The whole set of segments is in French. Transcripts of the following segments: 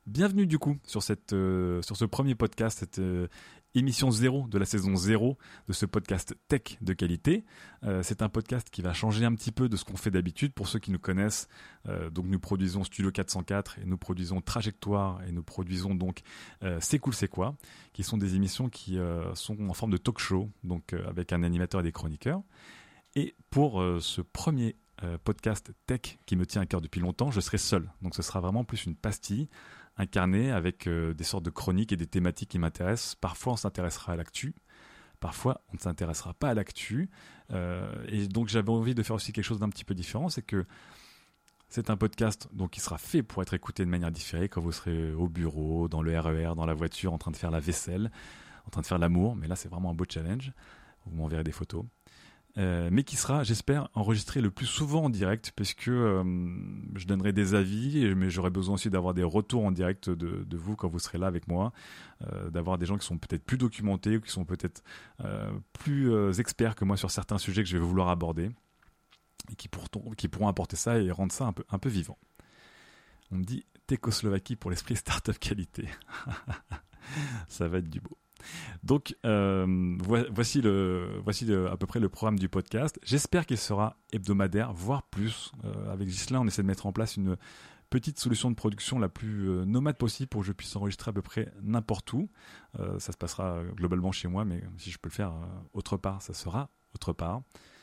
Bienvenue du coup sur ce premier podcast, cette émission 0 de la saison 0 de ce podcast tech de qualité. C'est un podcast qui va changer un petit peu de ce qu'on fait d'habitude. Pour ceux qui nous connaissent, donc nous produisons Studio 404 et nous produisons Trajectoire et nous produisons donc C'est cool c'est quoi, qui sont des émissions qui sont en forme de talk show, donc avec un animateur et des chroniqueurs. Et pour ce premier podcast tech qui me tient à cœur depuis longtemps, je serai seul. Donc ce sera vraiment plus une pastille, un carnet avec des sortes de chroniques et des thématiques qui m'intéressent. Parfois on s'intéressera à l'actu, parfois on ne s'intéressera pas à l'actu. Et donc j'avais envie de faire aussi quelque chose d'un petit peu différent, c'est que c'est un podcast donc, qui sera fait pour être écouté de manière différée quand vous serez au bureau, dans le RER, dans la voiture, en train de faire la vaisselle, en train de faire l'amour. Mais là c'est vraiment un beau challenge, vous m'enverrez des photos. Mais qui sera, j'espère, enregistré le plus souvent en direct, puisque je donnerai des avis, mais j'aurai besoin aussi d'avoir des retours en direct de vous quand vous serez là avec moi, d'avoir des gens qui sont peut-être plus documentés, ou qui sont peut-être plus experts que moi sur certains sujets que je vais vouloir aborder, et qui pourront apporter ça et rendre ça un peu vivant. On me dit Tchécoslovaquie pour l'esprit startup qualité. Ça va être du beau. Donc voici à peu près le programme du podcast. J'espère qu'il sera hebdomadaire, voire plus. Avec Ghislain, on essaie de mettre en place une petite solution de production la plus nomade possible pour que je puisse enregistrer à peu près n'importe où. Ça se passera globalement chez moi, mais si je peux le faire autre part, ça sera autre part.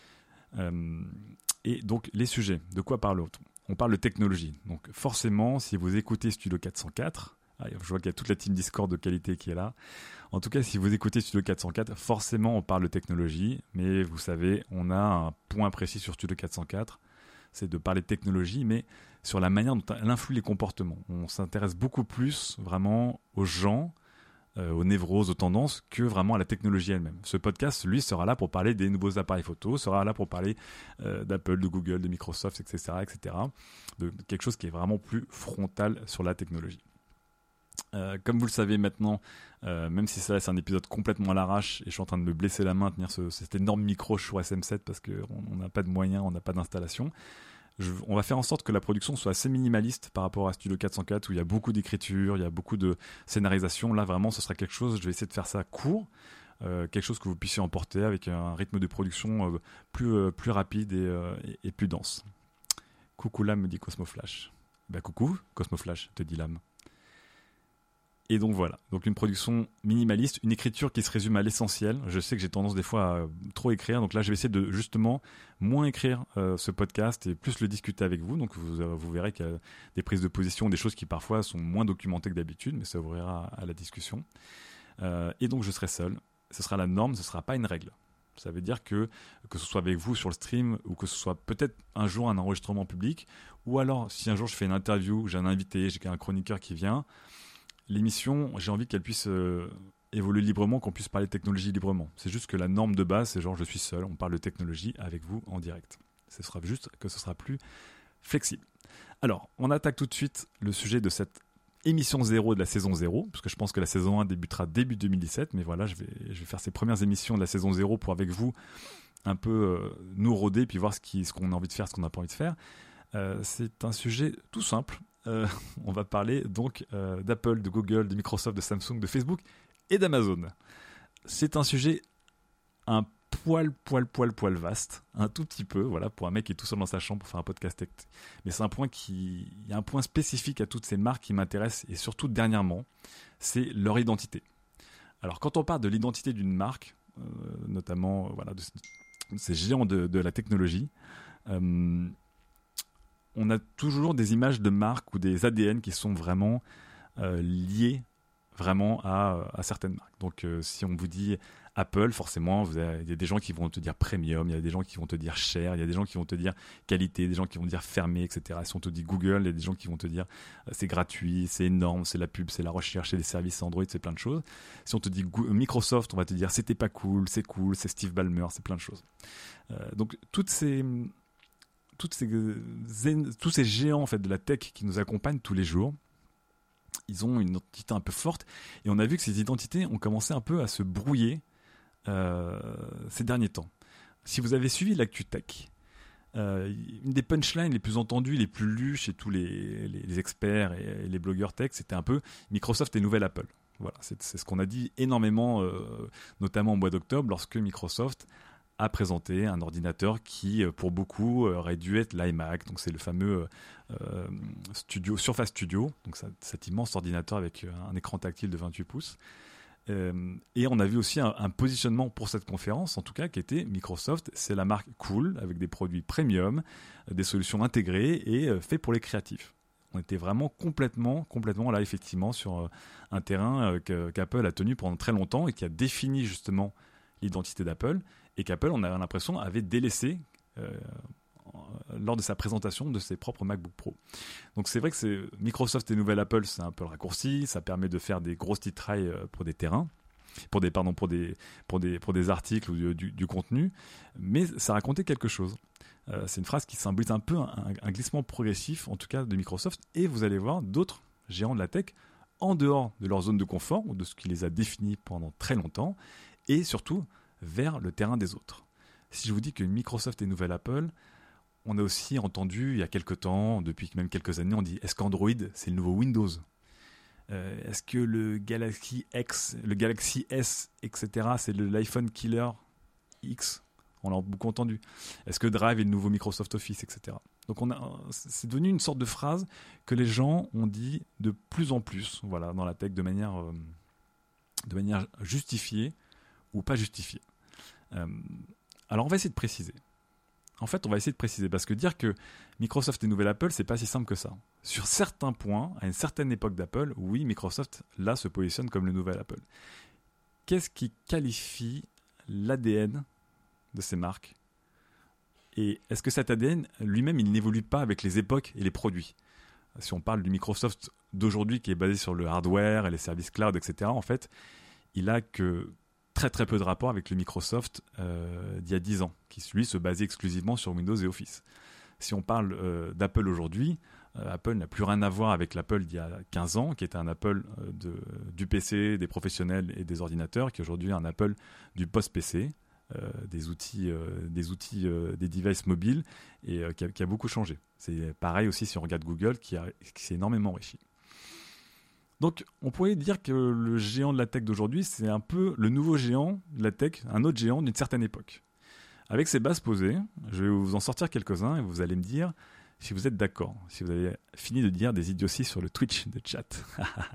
Et donc les sujets, de quoi parle-t-on ? On parle de technologie. Donc forcément, si vous écoutez Studio 404, je vois qu'il y a toute la team Discord de qualité qui est là. En tout cas, si vous écoutez Studio 404, forcément on parle de technologie, mais vous savez, on a un point précis sur Studio 404, c'est de parler de technologie, mais sur la manière dont elle influe les comportements. On s'intéresse beaucoup plus vraiment aux gens, aux névroses, aux tendances, que vraiment à la technologie elle-même. Ce podcast, lui, sera là pour parler des nouveaux appareils photo, sera là pour parler d'Apple, de Google, de Microsoft, etc., etc., de quelque chose qui est vraiment plus frontal sur la technologie. Comme vous le savez maintenant, même si ça c'est un épisode complètement à l'arrache et je suis en train de me blesser la main à tenir cet énorme micro Shure SM7 parce qu'on n'a pas de moyens, on n'a pas d'installation, on va faire en sorte que la production soit assez minimaliste par rapport à Studio 404 où il y a beaucoup d'écriture, il y a beaucoup de scénarisation. Là vraiment ce sera quelque chose, je vais essayer de faire ça court, quelque chose que vous puissiez emporter avec un rythme de production plus rapide et plus dense. Coucou Lame, me dit Cosmoflash. Bah coucou Cosmoflash, te dit Lame. Et donc voilà, donc une production minimaliste, une écriture qui se résume à l'essentiel. Je sais que j'ai tendance des fois à trop écrire, donc là je vais essayer de justement moins écrire ce podcast et plus le discuter avec vous. Donc vous verrez qu'il y a des prises de position, des choses qui parfois sont moins documentées que d'habitude, mais ça ouvrira à la discussion. Et donc je serai seul, ce sera la norme, ce ne sera pas une règle. Ça veut dire que ce soit avec vous sur le stream ou que ce soit peut-être un jour un enregistrement public, ou alors si un jour je fais une interview, j'ai un invité, j'ai un chroniqueur qui vient, l'émission, j'ai envie qu'elle puisse évoluer librement, qu'on puisse parler de technologie librement. C'est juste que la norme de base, c'est genre je suis seul, on parle de technologie avec vous en direct. Ce sera juste que ce sera plus flexible. Alors, on attaque tout de suite le sujet de cette émission 0 de la saison 0, parce que je pense que la saison 1 débutera début 2017, mais voilà, je vais faire ces premières émissions de la saison 0 pour avec vous un peu nous rôder, puis voir ce qu'on a envie de faire, ce qu'on n'a pas envie de faire. C'est un sujet tout simple. On va parler donc d'Apple, de Google, de Microsoft, de Samsung, de Facebook et d'Amazon. C'est un sujet un poil vaste, un tout petit peu, voilà, pour un mec qui est tout seul dans sa chambre pour faire un podcast tech. Mais c'est il y a un point spécifique à toutes ces marques qui m'intéressent et surtout dernièrement, c'est leur identité. Alors quand on parle de l'identité d'une marque, notamment voilà, de ces géants de la technologie, on a toujours des images de marques ou des ADN qui sont vraiment liés vraiment à certaines marques. Donc si on vous dit Apple, forcément, il y a des gens qui vont te dire premium, il y a des gens qui vont te dire cher, il y a des gens qui vont te dire qualité, des gens qui vont te dire fermé, etc. Si on te dit Google, il y a des gens qui vont te dire c'est gratuit, c'est énorme, c'est la pub, c'est la recherche, c'est les services Android, c'est plein de choses. Si on te dit Microsoft, on va te dire c'était pas cool, c'est Steve Ballmer, c'est plein de choses. Donc tous ces géants en fait, de la tech qui nous accompagnent tous les jours, ils ont une identité un peu forte et on a vu que ces identités ont commencé un peu à se brouiller ces derniers temps. Si vous avez suivi l'actu tech, une des punchlines les plus entendues, les plus lues chez tous les experts et les blogueurs tech, c'était un peu Microsoft est nouvelle Apple. Voilà, c'est ce qu'on a dit énormément, notamment au mois d'octobre, lorsque Microsoft a présenté un ordinateur qui, pour beaucoup, aurait dû être l'iMac. Donc c'est le fameux Surface Studio, donc cet immense ordinateur avec un écran tactile de 28 pouces. Et on a vu aussi un positionnement pour cette conférence, en tout cas, qui était Microsoft, c'est la marque cool, avec des produits premium, des solutions intégrées et fait pour les créatifs. On était vraiment complètement là, effectivement, sur un terrain qu'Apple a tenu pendant très longtemps et qui a défini justement l'identité d'Apple, et qu'Apple, on a l'impression, avait délaissé lors de sa présentation de ses propres MacBook Pro. Donc c'est vrai que Microsoft et nouvelle Apple, c'est un peu le raccourci, ça permet de faire des grosses titrailles pour des terrains, pour des articles ou du contenu, mais ça racontait quelque chose. C'est une phrase qui symbolise un peu un glissement progressif, en tout cas de Microsoft, et vous allez voir d'autres géants de la tech en dehors de leur zone de confort, ou de ce qui les a définis pendant très longtemps, et surtout vers le terrain des autres. Si je vous dis que Microsoft est nouvelle Apple, on a aussi entendu il y a quelques temps, depuis même quelques années, on dit est-ce qu'Android c'est le nouveau Windows ? Est-ce que le Galaxy X, le Galaxy S, etc. c'est l'iPhone Killer X ? On l'a beaucoup entendu. Est-ce que Drive est le nouveau Microsoft Office, etc. Donc c'est devenu une sorte de phrase que les gens ont dit de plus en plus, voilà, dans la tech, de manière justifiée ou pas justifiée. Alors on va essayer de préciser. En fait, on va essayer de préciser, parce que dire que Microsoft est nouvelle Apple, c'est pas si simple que ça. Sur certains points, à une certaine époque d'Apple, oui, Microsoft, là, se positionne comme le nouvel Apple. Qu'est-ce qui qualifie l'ADN de ces marques ? Et est-ce que cet ADN, lui-même, il n'évolue pas avec les époques et les produits ? Si on parle du Microsoft d'aujourd'hui, qui est basé sur le hardware et les services cloud, etc., en fait, il a que très très peu de rapport avec le Microsoft d'il y a 10 ans, qui lui se basait exclusivement sur Windows et Office. Si on parle d'Apple aujourd'hui, Apple n'a plus rien à voir avec l'Apple d'il y a 15 ans, qui était un Apple du PC, des professionnels et des ordinateurs, qui est aujourd'hui un Apple du post-PC, des outils, des devices mobiles, et qui a beaucoup changé. C'est pareil aussi si on regarde Google, qui s'est énormément enrichi. Donc, on pourrait dire que le géant de la tech d'aujourd'hui, c'est un peu le nouveau géant de la tech, un autre géant d'une certaine époque. Avec ces bases posées, je vais vous en sortir quelques-uns et vous allez me dire si vous êtes d'accord, si vous avez fini de dire des idioties sur le Twitch de chat.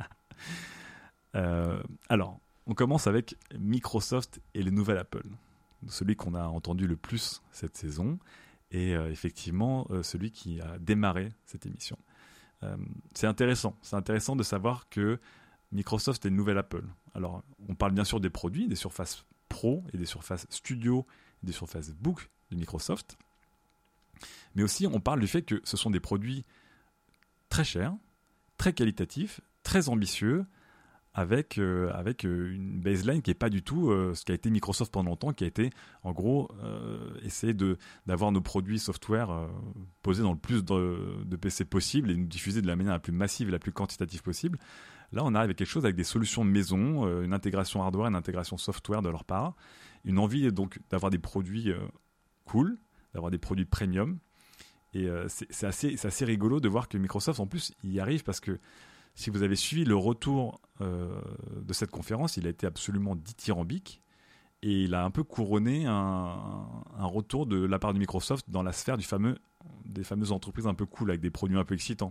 Alors, on commence avec Microsoft et le nouvel Apple. Celui qu'on a entendu le plus cette saison et effectivement celui qui a démarré cette émission. C'est intéressant de savoir que Microsoft est une nouvelle Apple. Alors, on parle bien sûr des produits, des Surface Pro et des Surface Studio, des Surface Book de Microsoft. Mais aussi, on parle du fait que ce sont des produits très chers, très qualitatifs, très ambitieux, avec une baseline qui n'est pas du tout ce qu'a été Microsoft pendant longtemps, qui a été, en gros, essayer d'avoir nos produits software posés dans le plus de PC possible et nous diffuser de la manière la plus massive et la plus quantitative possible. Là, on arrive à quelque chose avec des solutions de maison, une intégration hardware, une intégration software de leur part, une envie donc d'avoir des produits cool, d'avoir des produits premium. Et c'est assez rigolo de voir que Microsoft, en plus, y arrive parce que si vous avez suivi le retour de cette conférence, il a été absolument dithyrambique et il a un peu couronné un retour de la part de Microsoft dans la sphère des fameuses entreprises un peu cool avec des produits un peu excitants.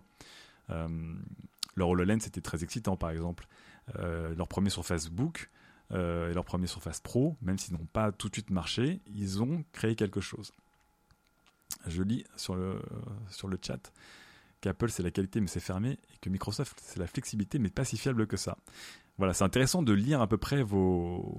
Leur HoloLens c'était très excitant par exemple. Leur premier Surface Book et leur premier Surface Pro, même s'ils n'ont pas tout de suite marché, ils ont créé quelque chose. Je lis sur le chat qu'Apple c'est la qualité mais c'est fermé et que Microsoft c'est la flexibilité mais pas si fiable que ça. Voilà, c'est intéressant de lire à peu près vos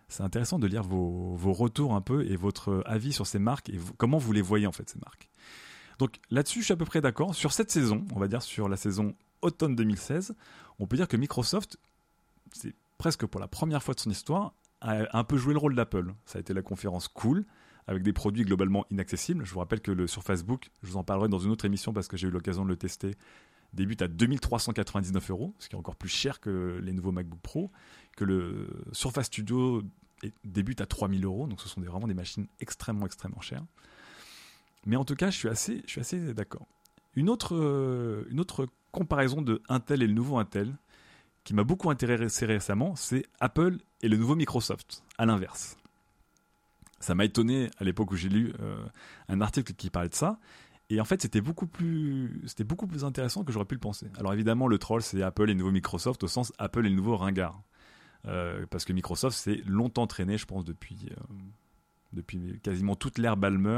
retours un peu et votre avis sur ces marques et comment vous les voyez en fait ces marques. Donc là-dessus je suis à peu près d'accord. Sur cette saison, on va dire sur la saison automne 2016, on peut dire que Microsoft, c'est presque pour la première fois de son histoire, a un peu joué le rôle d'Apple. Ça a été la conférence cool, avec des produits globalement inaccessibles. Je vous rappelle que le Surface Book, je vous en parlerai dans une autre émission parce que j'ai eu l'occasion de le tester, débute à 2399 €, ce qui est encore plus cher que les nouveaux MacBook Pro, que le Surface Studio débute à 3000 €, donc ce sont vraiment des machines extrêmement, extrêmement chères. Mais en tout cas, je suis assez d'accord. Une autre comparaison de Intel et le nouveau Intel qui m'a beaucoup intéressé récemment, c'est Apple et le nouveau Microsoft, à l'inverse. Ça m'a étonné à l'époque où j'ai lu un article qui parlait de ça. Et en fait, c'était beaucoup plus intéressant que j'aurais pu le penser. Alors évidemment, le troll, c'est Apple et le nouveau Microsoft, au sens Apple et le nouveau ringard. Parce que Microsoft s'est longtemps traîné, je pense, depuis quasiment toute l'ère Ballmer,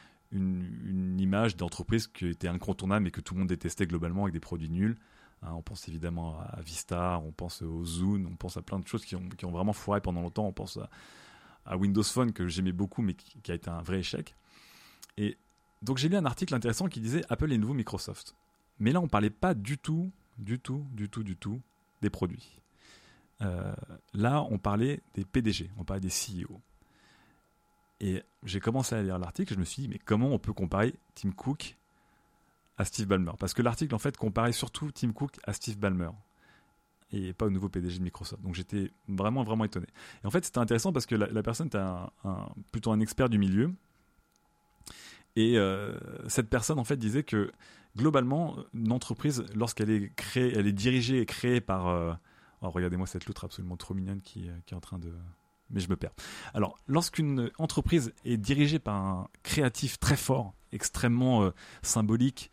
une image d'entreprise qui était incontournable et que tout le monde détestait globalement avec des produits nuls. On pense évidemment à Vista, on pense au Zune, on pense à plein de choses qui ont vraiment foiré pendant longtemps. On pense à Windows Phone que j'aimais beaucoup mais qui a été un vrai échec. Et donc j'ai lu un article intéressant qui disait Apple et nouveau Microsoft. Mais là on parlait pas du tout des produits. Là on parlait des PDG, on parlait des CEO. Et j'ai commencé à lire l'article, je me suis dit mais comment on peut comparer Tim Cook à Steve Ballmer? Parce que l'article en fait comparait surtout Tim Cook à Steve Ballmer et pas au nouveau PDG de Microsoft. Donc j'étais vraiment étonné. Et en fait c'était intéressant parce que la personne était plutôt un expert du milieu. Et cette personne en fait disait que globalement une entreprise lorsqu'elle est créée, elle est dirigée et créée par regardez-moi cette loutre absolument trop mignonne qui est en train de... Mais je me perds. Alors, lorsqu'une entreprise est dirigée par un créatif très fort, extrêmement symbolique,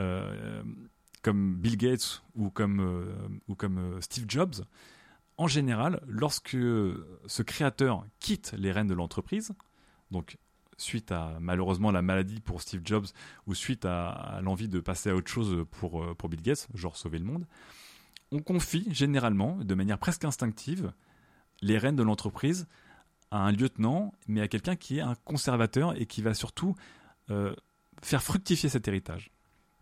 comme Bill Gates ou comme Steve Jobs, en général, lorsque ce créateur quitte les rênes de l'entreprise, donc suite à malheureusement la maladie pour Steve Jobs ou suite à l'envie de passer à autre chose pour Bill Gates, genre sauver le monde, on confie généralement, de manière presque instinctive, les rênes de l'entreprise à un lieutenant, mais à quelqu'un qui est un conservateur et qui va surtout faire fructifier cet héritage.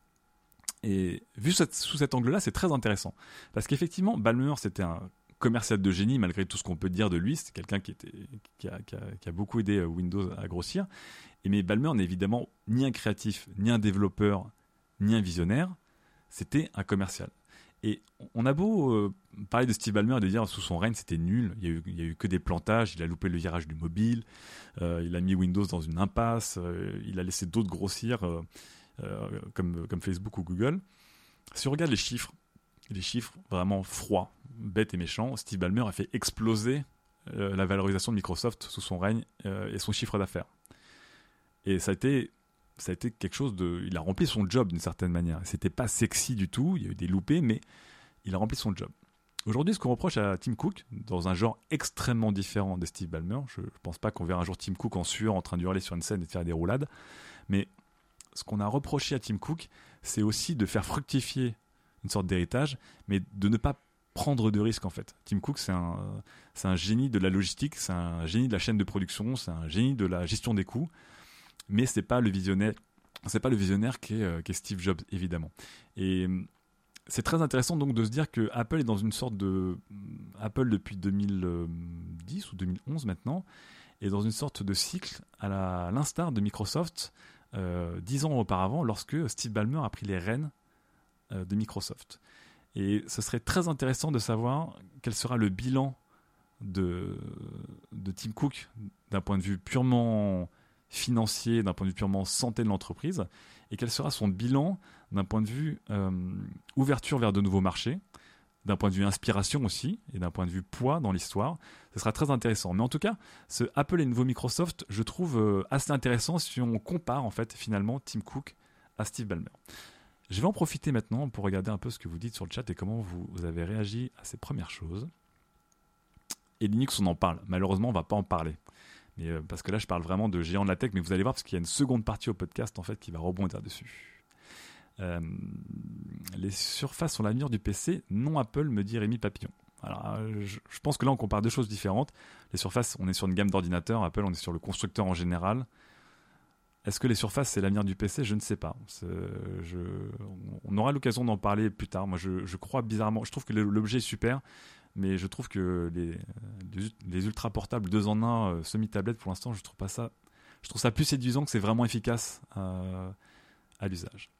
Et vu sous cet angle-là, c'est très intéressant. Parce qu'effectivement, Ballmer, c'était un commercial de génie, malgré tout ce qu'on peut dire de lui. C'était quelqu'un qui a beaucoup aidé Windows à grossir. Mais Ballmer n'est évidemment ni un créatif, ni un développeur, ni un visionnaire. C'était un commercial. Et on a beau parler de Steve Ballmer et de dire sous son règne c'était nul, il y a eu que des plantages, il a loupé le virage du mobile, il a mis Windows dans une impasse, il a laissé d'autres grossir comme Facebook ou Google. Si on regarde les chiffres vraiment froids, bêtes et méchants, Steve Ballmer a fait exploser la valorisation de Microsoft sous son règne et son chiffre d'affaires. Et ça a été quelque chose de... Il a rempli son job d'une certaine manière. C'était pas sexy du tout, il y a eu des loupés, mais il a rempli son job. Aujourd'hui, ce qu'on reproche à Tim Cook, dans un genre extrêmement différent de Steve Ballmer, je pense pas qu'on verra un jour Tim Cook en sueur en train de hurler sur une scène et de faire des roulades, mais ce qu'on a reproché à Tim Cook, c'est aussi de faire fructifier une sorte d'héritage, mais de ne pas prendre de risques en fait. Tim Cook, c'est un génie de la logistique, c'est un génie de la chaîne de production, c'est un génie de la gestion des coûts, mais c'est pas le visionnaire qu'est Steve Jobs évidemment. Et c'est très intéressant donc de se dire que Apple est dans une sorte de Apple depuis 2010 ou 2011 maintenant est dans une sorte de cycle à l'instar de Microsoft 10 ans auparavant lorsque Steve Ballmer a pris les rênes de Microsoft. Et ce serait très intéressant de savoir quel sera le bilan de Tim Cook d'un point de vue purement financier, d'un point de vue purement santé de l'entreprise, et quel sera son bilan d'un point de vue ouverture vers de nouveaux marchés, d'un point de vue inspiration aussi, et d'un point de vue poids dans l'histoire. Ce sera très intéressant. Mais en tout cas, ce Apple et nouveau Microsoft, je trouve assez intéressant si on compare en fait finalement Tim Cook à Steve Ballmer. Je vais en profiter maintenant pour regarder un peu ce que vous dites sur le chat et comment vous avez réagi à ces premières choses. Et Linux, on en parle. Malheureusement, on ne va pas en parler. Mais, parce que là, je parle vraiment de géants de la tech, mais vous allez voir, parce qu'il y a une seconde partie au podcast en fait, qui va rebondir dessus. Les surfaces sont l'avenir du PC, non Apple, me dit Rémi Papillon. Alors, je pense que là, on compare deux choses différentes. Les surfaces, on est sur une gamme d'ordinateurs. Apple, on est sur le constructeur en général. Est-ce que les surfaces, c'est l'avenir du PC? Je ne sais pas. On aura l'occasion d'en parler plus tard. Moi, je crois bizarrement. Je trouve que l'objet est super, mais je trouve que les ultra portables 2 en 1 semi-tablette, pour l'instant, je trouve ça plus séduisant que c'est vraiment efficace à l'usage.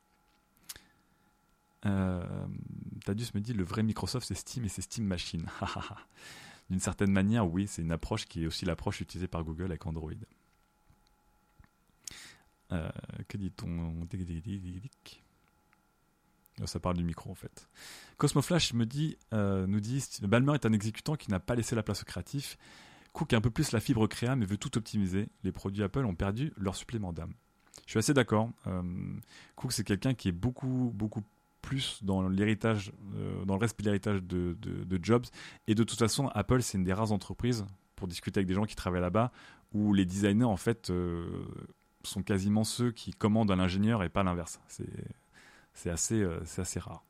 Tadius me dit le vrai Microsoft, c'est Steam et c'est Steam Machine. D'une certaine manière, oui, c'est une approche qui est aussi l'approche utilisée par Google avec Android. Que dit-on? Ça parle du micro en fait. Cosmoflash nous dit Ballmer est un exécutant qui n'a pas laissé la place au créatif. Cook a un peu plus la fibre créa mais veut tout optimiser. Les produits Apple ont perdu leur supplément d'âme. Je suis assez d'accord. Cook, c'est quelqu'un qui est beaucoup plus dans l'héritage, dans le respect de l'héritage de Jobs. Et de toute façon, Apple, c'est une des rares entreprises, pour discuter avec des gens qui travaillent là-bas, où les designers, en fait, sont quasiment ceux qui commandent à l'ingénieur et pas l'inverse. C'est assez rare.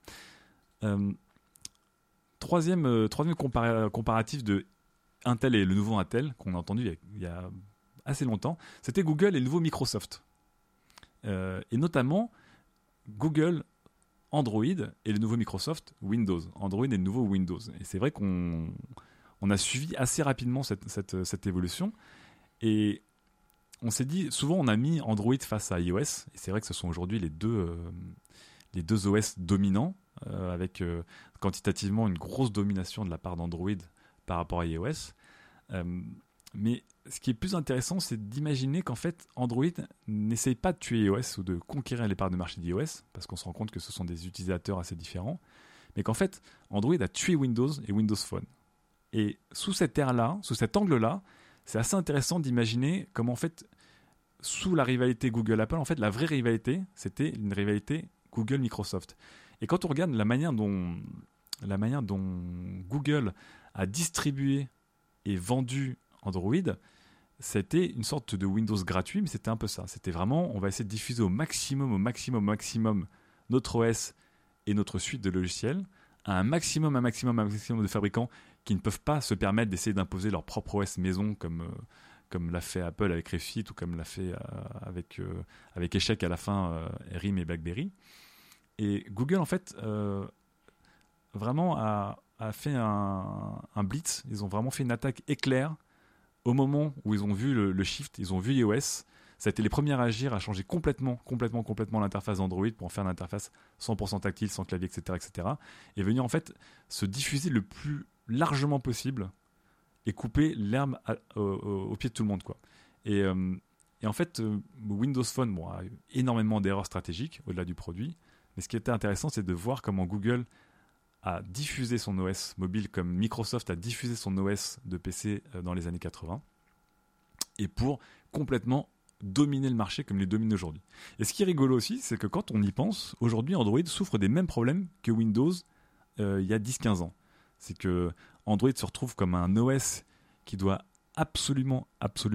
Troisième comparatif de Intel et le nouveau Intel, qu'on a entendu il y a assez longtemps, c'était Google et le nouveau Microsoft. Et notamment Google Android et le nouveau Microsoft Windows. Android et le nouveau Windows. Et c'est vrai qu'on a suivi assez rapidement cette évolution. Et on s'est dit, souvent on a mis Android face à iOS. Et c'est vrai que ce sont aujourd'hui les deux OS dominants, avec quantitativement une grosse domination de la part d'Android par rapport à iOS. Mais ce qui est plus intéressant, c'est d'imaginer qu'en fait, Android n'essaye pas de tuer iOS ou de conquérir les parts de marché d'iOS, parce qu'on se rend compte que ce sont des utilisateurs assez différents, mais qu'en fait, Android a tué Windows et Windows Phone. Et sous cette ère-là, sous cet angle-là, c'est assez intéressant d'imaginer comment, en fait, sous la rivalité Google-Apple, en fait, la vraie rivalité, c'était une rivalité Google-Microsoft. Et quand on regarde la manière dont Google a distribué et vendu Android, c'était une sorte de Windows gratuit, mais c'était un peu ça. C'était vraiment, on va essayer de diffuser au maximum notre OS et notre suite de logiciels à un maximum de fabricants qui ne peuvent pas se permettre d'essayer d'imposer leur propre OS maison comme l'a fait Apple avec Refit ou comme l'a fait avec échec à la fin RIM et BlackBerry. Et Google, en fait, vraiment a fait un blitz. Ils ont vraiment fait une attaque éclair au moment où ils ont vu le shift, ils ont vu iOS. Ça a été les premiers à agir, à changer complètement l'interface d'Android pour en faire une interface 100% tactile, sans clavier, etc. Et venir en fait se diffuser le plus largement possible et couper l'herbe au pied de tout le monde, quoi. Et en fait, Windows Phone a eu énormément d'erreurs stratégiques au-delà du produit. Mais ce qui était intéressant, c'est de voir comment Google a diffusé son OS mobile comme Microsoft a diffusé son OS de PC dans les années 80 et pour complètement dominer le marché comme il le domine aujourd'hui. Et ce qui est rigolo aussi, c'est que quand on y pense, aujourd'hui Android souffre des mêmes problèmes que Windows il y a 10-15 ans. C'est que Android se retrouve comme un OS qui doit absolument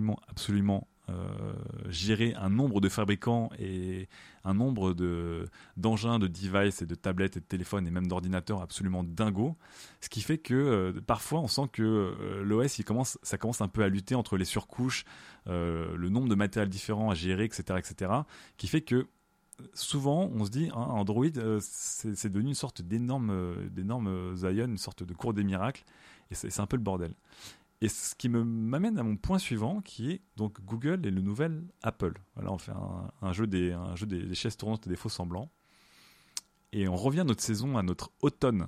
gérer un nombre de fabricants et un nombre d'engins, de devices et de tablettes et de téléphones et même d'ordinateurs absolument dingo. Ce qui fait que parfois on sent que l'OS ça commence un peu à lutter entre les surcouches, le nombre de matériels différents à gérer, etc. Qui fait que souvent on se dit Android c'est devenu une sorte d'énorme Zion, une sorte de cours des miracles et c'est un peu le bordel. Et ce qui m'amène à mon point suivant, qui est donc Google et le nouvel Apple. Voilà, on fait un jeu des chaises tournantes et des faux semblants. Et on revient à notre automne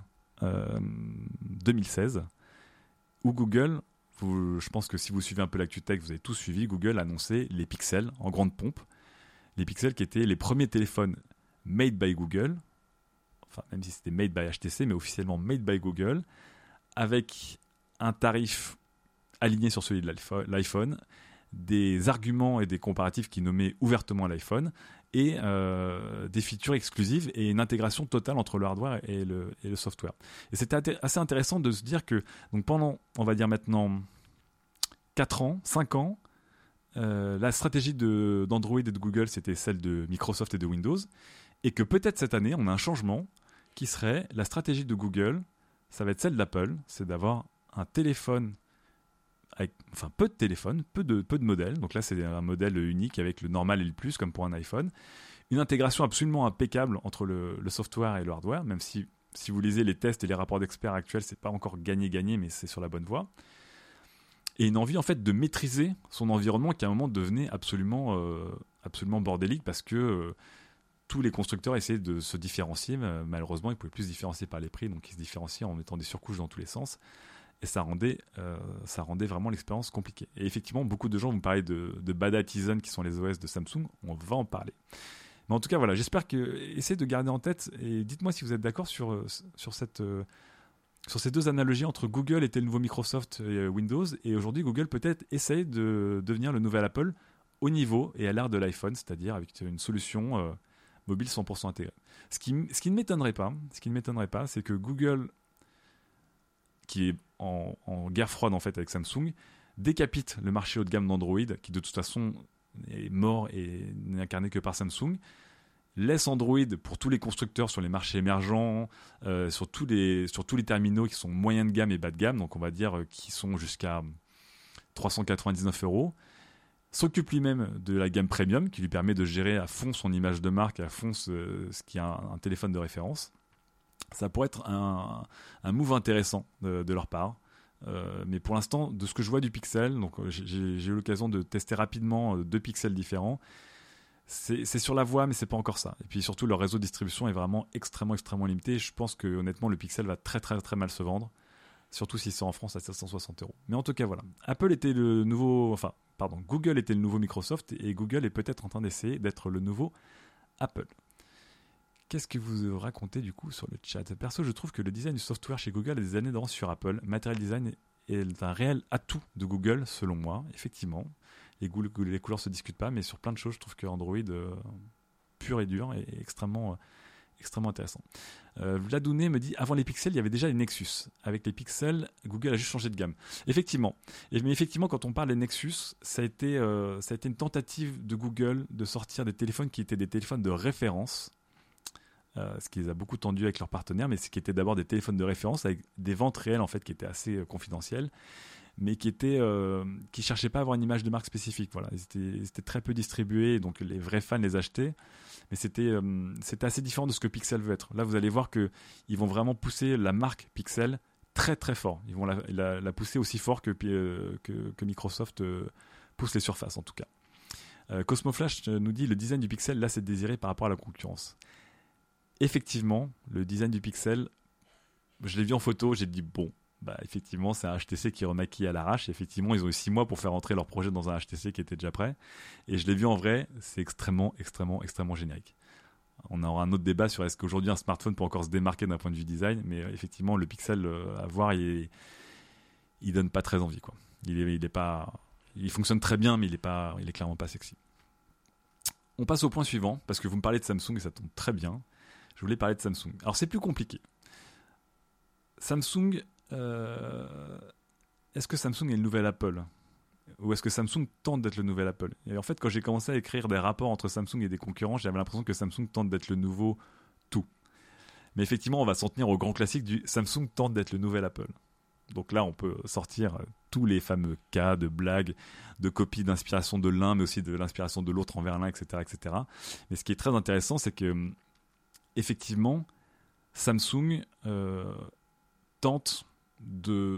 2016, où Google, je pense que si vous suivez un peu l'actu tech, vous avez tous suivi, Google a annoncé les Pixels en grande pompe. Les Pixels qui étaient les premiers téléphones made by Google, enfin même si c'était made by HTC, mais officiellement made by Google, avec un tarif aligné sur celui de l'iPhone, des arguments et des comparatifs qui nommaient ouvertement l'iPhone, et des features exclusives et une intégration totale entre le hardware et le software. Et c'était assez intéressant de se dire que donc pendant, on va dire maintenant, 4 ans, 5 ans, la stratégie d'Android et de Google, c'était celle de Microsoft et de Windows, et que peut-être cette année, on a un changement qui serait la stratégie de Google, ça va être celle d'Apple, c'est d'avoir un téléphone peu de téléphones, peu de modèles. Donc là, c'est un modèle unique avec le normal et le plus, comme pour un iPhone. Une intégration absolument impeccable entre le software et le hardware, même si vous lisez les tests et les rapports d'experts actuels, c'est pas encore gagné, mais c'est sur la bonne voie. Et une envie, en fait, de maîtriser son environnement qui, à un moment, devenait absolument bordélique parce que tous les constructeurs essayaient de se différencier. Malheureusement, ils ne pouvaient plus se différencier par les prix, donc ils se différenciaient en mettant des surcouches dans tous les sens. et ça rendait vraiment l'expérience compliquée. Et effectivement, beaucoup de gens vont parler de Bada Tizen, qui sont les OS de Samsung. On va en parler. Mais en tout cas, voilà, j'espère que essayez de garder en tête et dites-moi si vous êtes d'accord sur ces deux analogies entre Google était le nouveau Microsoft et Windows, et aujourd'hui Google peut-être essaye de devenir le nouvel Apple au niveau et à l'ère de l'iPhone, c'est-à-dire avec une solution mobile 100% intégrée. Ce qui ne m'étonnerait pas, c'est que Google, qui est en guerre froide en fait avec Samsung, décapite le marché haut de gamme d'Android, qui de toute façon est mort et n'est incarné que par Samsung, laisse Android pour tous les constructeurs sur les marchés émergents, sur tous les terminaux qui sont moyens de gamme et bas de gamme, donc on va dire qui sont jusqu'à 399 €, s'occupe lui-même de la gamme premium qui lui permet de gérer à fond son image de marque, à fond ce qui est un téléphone de référence. Ça pourrait être un move intéressant de leur part. Mais pour l'instant, de ce que je vois du Pixel, donc j'ai eu l'occasion de tester rapidement 2 pixels différents. C'est sur la voie, mais c'est pas encore ça. Et puis surtout, leur réseau de distribution est vraiment extrêmement limité. Je pense que honnêtement, le Pixel va très mal se vendre, surtout si c'est en France à 760 €. Mais en tout cas, voilà. Google était le nouveau Microsoft et Google est peut-être en train d'essayer d'être le nouveau Apple. Qu'est-ce que vous racontez du coup sur le chat ? Perso, je trouve que le design du software chez Google a des années d'avance sur Apple. Material Design est un réel atout de Google, selon moi, effectivement. Les couleurs se discutent pas, mais sur plein de choses, je trouve que Android pur et dur est extrêmement intéressant. Vladouné me dit, avant les pixels, il y avait déjà les Nexus. Avec les pixels, Google a juste changé de gamme. Effectivement. Mais effectivement, quand on parle des Nexus, ça a été une tentative de Google de sortir des téléphones qui étaient des téléphones de référence. Ce qui les a beaucoup tendus avec leurs partenaires, mais ce qui était d'abord des téléphones de référence avec des ventes réelles en fait qui étaient assez confidentielles, mais qui cherchaient pas à avoir une image de marque spécifique. Voilà, ils étaient très peu distribués, donc les vrais fans les achetaient, mais c'était assez différent de ce que Pixel veut être. Là, vous allez voir que ils vont vraiment pousser la marque Pixel très fort. Ils vont la pousser aussi fort que Microsoft pousse les surfaces en tout cas. Cosmoflash nous dit le design du Pixel là c'est désiré par rapport à la concurrence. Effectivement, le design du Pixel, je l'ai vu en photo, j'ai dit bon, effectivement, c'est un HTC qui est remaquillé à l'arrache. Effectivement, ils ont eu 6 mois pour faire entrer leur projet dans un HTC qui était déjà prêt. Et je l'ai vu en vrai, c'est extrêmement générique. On aura un autre débat sur est-ce qu'aujourd'hui un smartphone peut encore se démarquer d'un point de vue design, mais effectivement, le Pixel à voir, il donne pas très envie, quoi. Il fonctionne très bien, mais il est clairement pas sexy. On passe au point suivant, parce que vous me parlez de Samsung et ça tombe très bien. Je voulais parler de Samsung. Alors, c'est plus compliqué. Samsung, est-ce que Samsung est le nouvel Apple ? Ou est-ce que Samsung tente d'être le nouvel Apple ? Et en fait, quand j'ai commencé à écrire des rapports entre Samsung et des concurrents, j'avais l'impression que Samsung tente d'être le nouveau tout. Mais effectivement, on va s'en tenir au grand classique du Samsung tente d'être le nouvel Apple. Donc là, on peut sortir tous les fameux cas de blagues, de copies d'inspiration de l'un, mais aussi de l'inspiration de l'autre envers l'un, etc. Mais ce qui est très intéressant, c'est que effectivement, Samsung tente de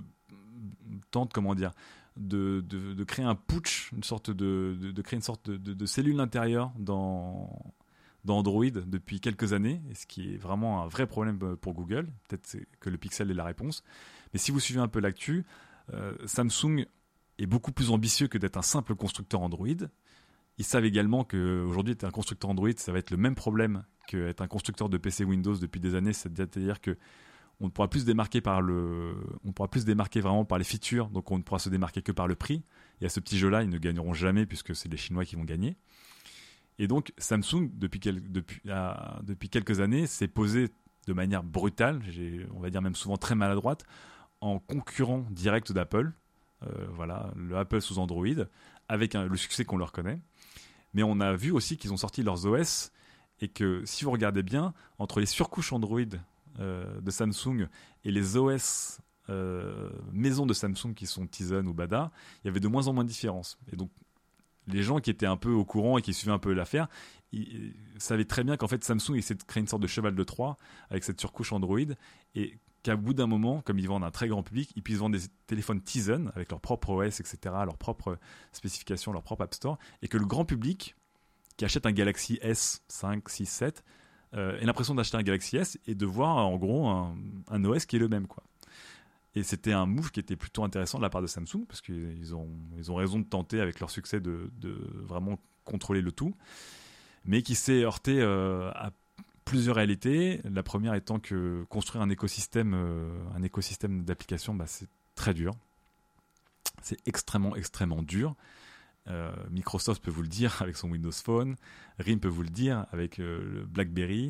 créer un putsch, de créer une sorte de cellule intérieure dans Android depuis quelques années, et ce qui est vraiment un vrai problème pour Google. Peut-être que le Pixel est la réponse. Mais si vous suivez un peu l'actu, Samsung est beaucoup plus ambitieux que d'être un simple constructeur Android. Ils savent également qu'aujourd'hui, être un constructeur Android, ça va être le même problème qu'être un constructeur de PC Windows depuis des années, c'est-à-dire que on ne pourra plus se démarquer vraiment par les features, donc on ne pourra se démarquer que par le prix. Et à ce petit jeu-là, ils ne gagneront jamais puisque c'est les Chinois qui vont gagner. Et donc Samsung, depuis quelques années, s'est posé de manière brutale, on va dire même souvent très maladroite, en concurrent direct d'Apple. Voilà, le Apple sous Android, avec le succès qu'on leur connaît. Mais on a vu aussi qu'ils ont sorti leurs OS et que si vous regardez bien, entre les surcouches Android de Samsung et les OS maison de Samsung qui sont Tizen ou Bada, il y avait de moins en moins de différence. Et donc, les gens qui étaient un peu au courant et qui suivaient un peu l'affaire, ils savaient très bien qu'en fait Samsung essaie de créer une sorte de cheval de Troie avec cette surcouche Android et qu'à bout d'un moment, comme ils vendent un très grand public, ils puissent vendre des téléphones Tizen avec leur propre OS, etc., leur propre spécification, leur propre App Store, et que le grand public qui achète un Galaxy S 5, 6, 7 ait l'impression d'acheter un Galaxy S et de voir en gros un OS qui est le même, quoi. Et c'était un move qui était plutôt intéressant de la part de Samsung, parce qu'ils ont raison de tenter avec leur succès de vraiment contrôler le tout, mais qui s'est heurté à plusieurs réalités. La première étant que construire un écosystème d'applications, c'est très dur. C'est extrêmement, extrêmement dur. Microsoft peut vous le dire avec son Windows Phone, RIM peut vous le dire avec le BlackBerry,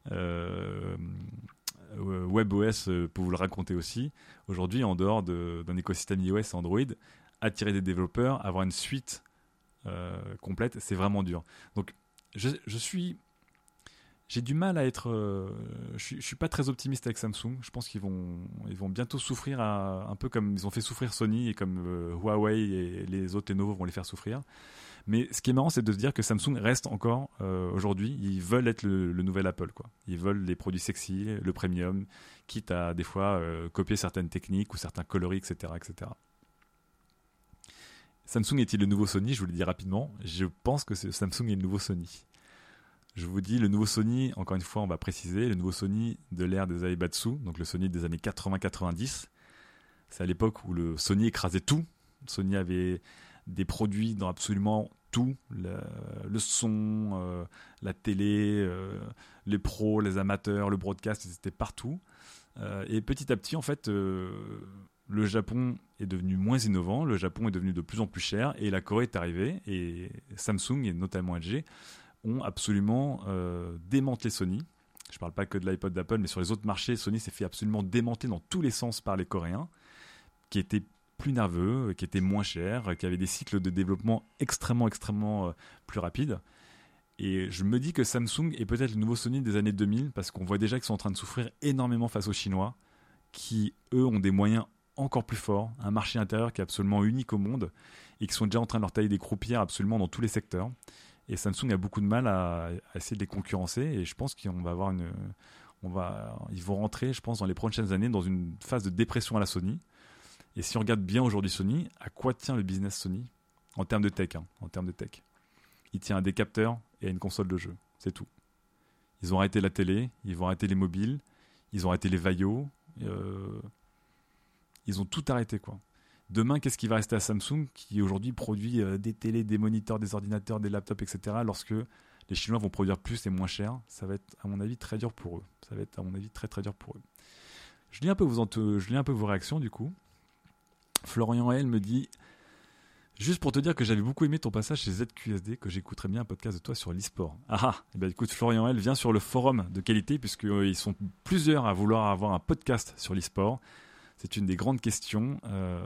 WebOS peut vous le raconter aussi. Aujourd'hui, en dehors d'un écosystème iOS et Android, attirer des développeurs, avoir une suite complète, c'est vraiment dur. Donc, j'ai du mal à être. Je suis pas très optimiste avec Samsung. Je pense qu'ils vont bientôt souffrir, un peu comme ils ont fait souffrir Sony et comme Huawei et les autres Lenovo vont les faire souffrir. Mais ce qui est marrant, c'est de se dire que Samsung reste encore aujourd'hui. Ils veulent être le nouvel Apple, quoi. Ils veulent les produits sexy, le premium, quitte à des fois copier certaines techniques ou certains coloris, etc., etc. Samsung est-il le nouveau Sony? Je vous le dis rapidement. Je pense que Samsung est le nouveau Sony. Je vous dis, le nouveau Sony, encore une fois, on va préciser, le nouveau Sony de l'ère des Aibatsu, donc le Sony des années 80-90. C'est à l'époque où le Sony écrasait tout. Sony avait des produits dans absolument tout, le son, la télé, les pros, les amateurs, le broadcast, c'était partout. Et petit à petit, en fait, le Japon est devenu moins innovant, le Japon est devenu de plus en plus cher, et la Corée est arrivée, et Samsung, et notamment LG, ont absolument démantelé Sony. Je ne parle pas que de l'iPod d'Apple, mais sur les autres marchés, Sony s'est fait absolument démanteler dans tous les sens par les Coréens, qui étaient plus nerveux, qui étaient moins chers, qui avaient des cycles de développement extrêmement, extrêmement plus rapides. Et je me dis que Samsung est peut-être le nouveau Sony des années 2000, parce qu'on voit déjà qu'ils sont en train de souffrir énormément face aux Chinois, qui, eux, ont des moyens encore plus forts, un marché intérieur qui est absolument unique au monde, et qui sont déjà en train de leur tailler des croupières absolument dans tous les secteurs. Et Samsung a beaucoup de mal à essayer de les concurrencer, et je pense qu'on va avoir ils vont rentrer, je pense, dans les prochaines années dans une phase de dépression à la Sony. Et si on regarde bien aujourd'hui Sony, à quoi tient le business Sony en termes de tech, il tient à des capteurs et à une console de jeu, c'est tout. Ils ont arrêté la télé, ils vont arrêter les mobiles, ils ont arrêté les Vaio, ils ont tout arrêté, quoi. Demain, qu'est-ce qui va rester à Samsung, qui aujourd'hui produit des télés, des moniteurs, des ordinateurs, des laptops, etc. Lorsque les Chinois vont produire plus et moins cher, ça va être, à mon avis, très dur pour eux. Ça va être, à mon avis, très très dur pour eux. Je lis un peu vos réactions, du coup. Florian L me dit, juste pour te dire que j'avais beaucoup aimé ton passage chez ZQSD, que j'écouterais bien un podcast de toi sur l'e-sport. Et ben écoute, Florian L vient sur le forum de qualité, puisqu'ils sont plusieurs à vouloir avoir un podcast sur l'e-sport. C'est une des grandes questions.